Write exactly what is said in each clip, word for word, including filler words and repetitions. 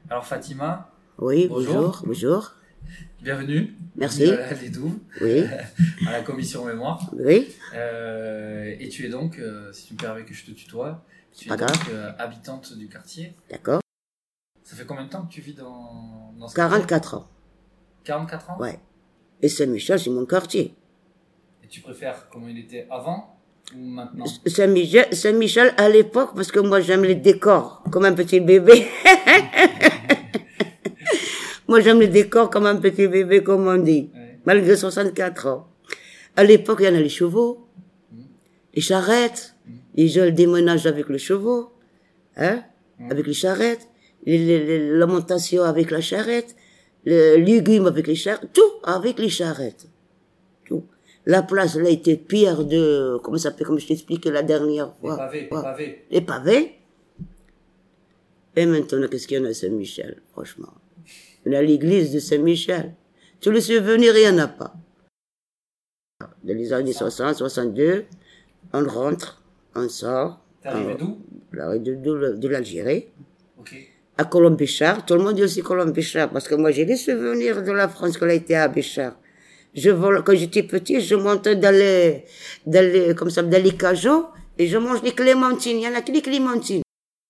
Alors Fatima, Oui, bonjour. bonjour, bonjour. Bienvenue. Merci. Bienvenue à Lédou, Oui, à la commission mémoire. oui, Euh, et tu es donc, euh, si tu me permets que je te tutoie, tu es pas donc grave. euh, habitante du quartier. d'accord. Ça fait combien de temps que tu vis dans, dans ce quarante-quatre ans, quartier quarante-quatre ans. ouais. Et Saint-Michel, c'est mon quartier. Et tu préfères comment il était avant ou maintenant? Saint-Michel, Saint-Michel à l'époque, parce que moi j'aime les décors, comme un petit bébé. Moi j'aime les décors comme un petit bébé, comme on dit, Ouais. malgré soixante-quatre ans. À l'époque, il y en a les chevaux, Mmh. les charrettes, Mmh. les gens déménagent avec le chevaux, hein, Mmh. avec les charrettes, les, les, les, la montation avec la charrette, le légumes avec les charrettes, tout avec les charrettes. Tout. La place, là, était pire de, comment ça s'appelle, comme je t'expliquais la dernière Les fois. pavés, les Ouais. pavés. Les pavés. Et maintenant, qu'est-ce qu'il y en a à Saint-Michel, franchement? Il y a l'église de Saint-Michel. Tous les souvenirs, il n'y en a pas. Dans les années soixante, soixante-deux, on rentre, on sort. T'es arrivé on- d'où? De, de, de l'Algérie. Ok. À Colombéchard. Tout le monde dit aussi Colombéchard, parce que moi, j'ai des souvenirs de la France quand elle était à Béchard. Je vole, quand j'étais petit, je montais dans les, dans les, comme ça, dans les cajots, et je mange des clémentines. Il y en a que des clémentines.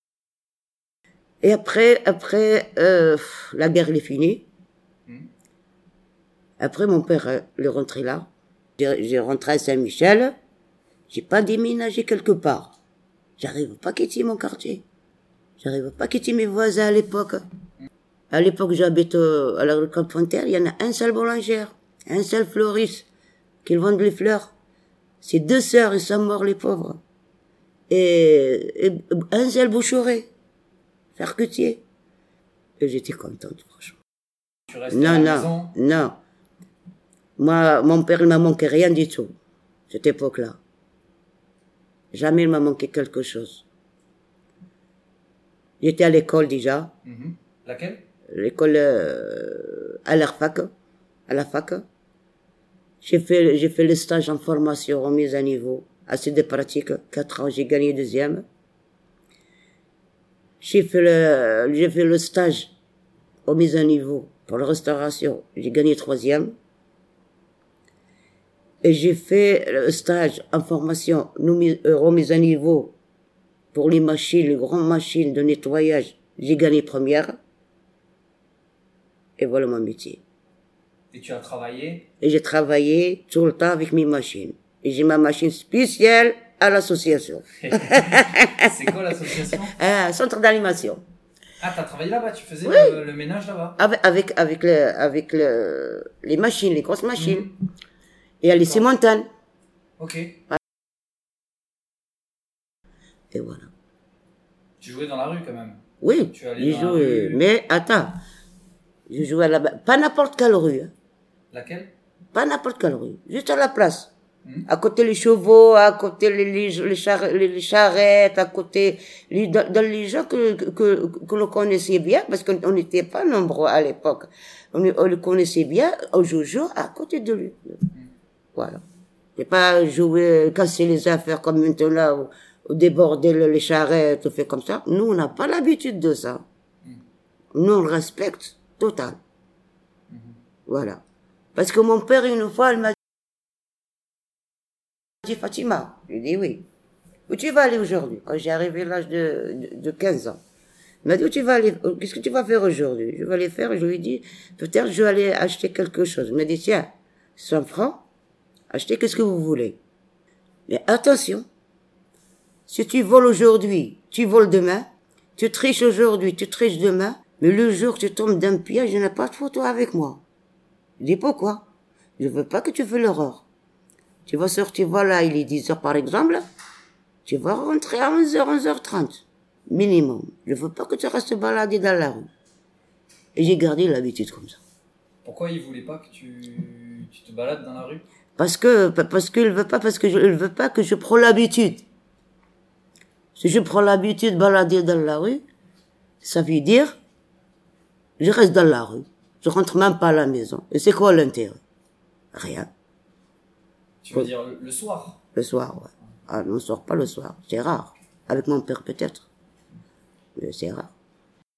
Et après, après, euh, la guerre, elle est finie. Mmh. Après, mon père, euh, il est rentré là. J'ai, j'ai rentré à Saint-Michel. J'ai pas déménagé quelque part. J'arrive pas à quitter mon quartier. J'arrive pas à quitter mes voisins à l'époque. À l'époque, j'habite euh, à la rue Carpentier. Il y en a un seul boulanger, un seul fleuriste qui vendent les fleurs. C'est deux sœurs, ils sont morts, les pauvres. Et, et un seul boucherie, charcutier. Et j'étais contente, franchement. Tu restes à Non, la non, maison. non. Moi, mon père, il m'a manqué rien du tout, cette époque-là. Jamais il m'a manqué quelque chose. J'étais à l'école déjà, Mmh. Laquelle? l'école euh, à la fac, à la fac. J'ai fait, j'ai fait le stage en formation remise à niveau, assez de pratique, quatre ans, j'ai gagné deuxième. J'ai fait le, j'ai fait le stage remise à niveau pour la restauration, j'ai gagné troisième. Et j'ai fait le stage en formation nomi- euh, remise à niveau pour les machines, les grandes machines de nettoyage, j'ai gagné première. Et voilà mon métier. Et tu as travaillé? Et j'ai travaillé tout le temps avec mes machines. Et j'ai ma machine spéciale à l'association. C'est quoi l'association? Un centre d'animation. Ah, t'as travaillé là-bas, tu faisais Oui. le, le ménage là-bas? Avec, avec, avec, le, avec le, les machines, les grosses machines. Mmh. Et à les D'accord. cimontanes. Ok. Et voilà. Tu jouais dans la rue quand même. Oui, Tu allais j'ai dans la joué. rue. Mais attends, je jouais là-bas. Pas n'importe quelle rue. Hein. Laquelle? Pas n'importe quelle rue. Juste à la place. Mmh. À côté les chevaux, à côté les, les, les, char- les, les charrettes, à côté les, dans, dans les gens que, que, que, que l'on connaissait bien, parce qu'on n'était pas nombreux à l'époque. On, on le connaissait bien, au jojo, à côté de lui. Voilà. J'ai pas joué, casser les affaires comme maintenant, ou, ou déborder le- les charrettes, ou fait comme ça. Nous, on n'a pas l'habitude de ça. Nous, on le respecte, total. Voilà. Parce que mon père, une fois, il m'a dit, Fatima, je lui ai dit oui. Où tu vas aller aujourd'hui? Quand j'ai arrivé à l'âge de, de, de quinze ans. Il m'a dit, où tu vas aller? Qu'est-ce que tu vas faire aujourd'hui? Je vais aller faire, je lui ai dit, peut-être je vais aller acheter quelque chose. Il m'a dit, tiens, cent francs, achetez qu'est-ce que vous voulez. Mais attention, si tu voles aujourd'hui, tu voles demain, tu triches aujourd'hui, tu triches demain, mais le jour que tu tombes d'un piège, je n'ai pas de photo avec moi. Je dis pourquoi? Je veux pas que tu fasses l'horreur. Tu vas sortir, voilà, il est dix heures par exemple, tu vas rentrer à onze heures, onze heures trente, minimum. Je veux pas que tu restes baladé dans la rue. Et j'ai gardé l'habitude comme ça. Pourquoi il voulait pas que tu, tu te balades dans la rue? Parce que, parce qu'il veut pas, parce que je, il veut pas que je prends l'habitude. Si je prends l'habitude de balader dans la rue, ça veut dire, je reste dans la rue. Je rentre même pas à la maison. Et c'est quoi l'intérêt? Rien. Tu veux dire le, le soir? Le soir, ouais. Ah, on ne sort pas le soir. C'est rare. Avec mon père, peut-être. Mais c'est rare.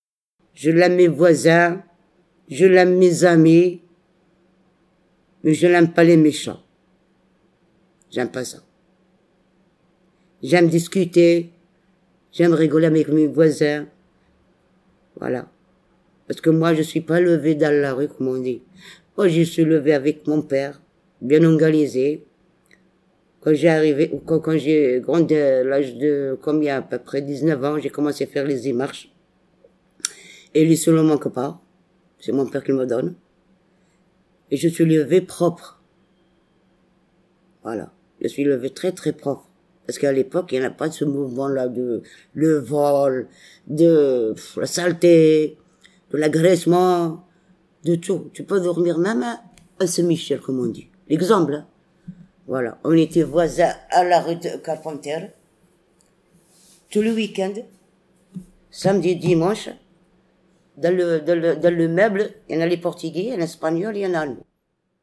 je l'aime mes voisins, je l'aime mes amis, mais je n'aime pas les méchants. J'aime pas ça. J'aime discuter, j'aime rigoler avec mes voisins. Voilà. Parce que moi, je suis pas levé dans la rue, comme on dit. Moi, je suis levé avec mon père, bien organisé. Quand j'ai arrivé, quand, quand j'ai grandi à l'âge de combien, à peu près dix-neuf ans, j'ai commencé à faire les démarches. Et lui, ça ne manque pas. C'est mon père qui me donne. Et je suis levé propre. Voilà. Je suis levé très très propre. Parce qu'à l'époque, il n'y en a pas de ce mouvement-là de le vol, de pff, la saleté, de l'agressement, de tout. Tu peux dormir même à, à Saint-Michel, comme on dit. L'exemple, hein. Voilà. On était voisins à la rue de Carpentier. Tous les week-ends, samedi, dimanche, dans le, dans le, dans le meuble, il y en a les Portugais, il y en a les Espagnols, il y en a nous.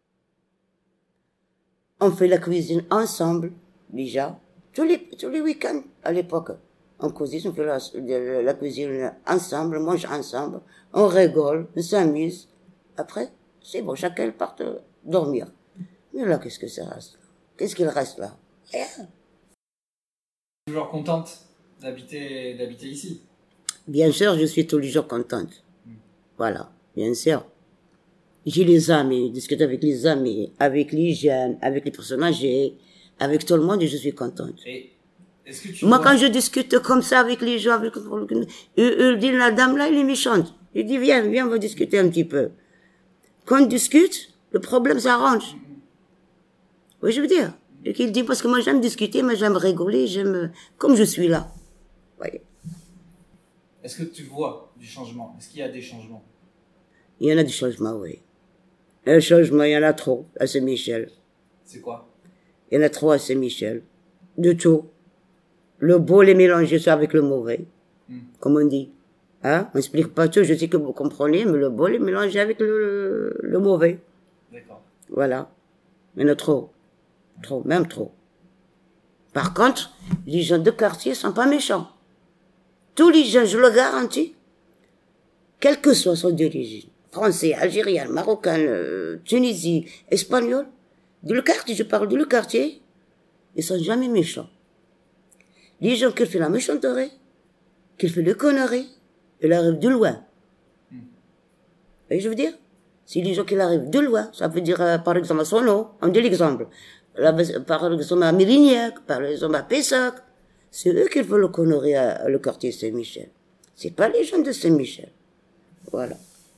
On fait la cuisine ensemble, déjà, tous les, tous les week-ends, à l'époque. On cuisine, on fait la, la, la cuisine ensemble, on mange ensemble, on rigole, on s'amuse. Après, c'est bon, chacun part dormir. Mais là, qu'est-ce que ça reste? Qu'est-ce qu'il reste là? Rien. Toujours contente d'habiter, d'habiter ici? Bien sûr, je suis tous les jours contente. Mm. Voilà, bien sûr. J'ai les amis, je discute avec les amis, avec les jeunes, avec les personnes âgées, avec tout le monde et je suis contente. Et est-ce que tu Moi, vois... quand je discute comme ça avec les gens, avec, il dit, la dame là, elle est méchante. Je dis, viens, viens, on va discuter un petit peu. Quand on discute, le problème s'arrange. Mm. Oui, je veux dire. Et qu'il dit, parce que moi, j'aime discuter, moi, j'aime rigoler, j'aime, comme je suis là. Voyez. Est-ce que tu vois du changement? Est-ce qu'il y a des changements? Il y en a des changements, oui. Un changement, il y en a trop à Saint-Michel. C'est quoi? Il y en a trop à Saint-Michel. De tout. Le beau, les mélanger ça avec le mauvais. Mm. Comme on dit. Hein? On explique pas tout, je sais que vous comprenez, mais le beau, les mélanger avec le, le mauvais. D'accord. Voilà. Il y en a trop. Trop, même trop. Par contre, les gens de quartier sont pas méchants. Tous les gens, je le garantis, quelle que soit son origine, français, algérien, marocain, euh, Tunisie, espagnol, de le quartier, je parle de le quartier, ils sont jamais méchants. Les gens qui font la méchanterie, qui font le connerie, ils arrivent de loin. Mm. Vous voyez, je veux dire? Si les gens qui arrivent de loin, ça veut dire, euh, par exemple, à Sono, on dit l'exemple. Là, par exemple, à Mérignac, par exemple, à Pessac, c'est eux qui veulent le connerie à, à le quartier Saint-Michel. C'est pas les gens de Saint-Michel. Voilà.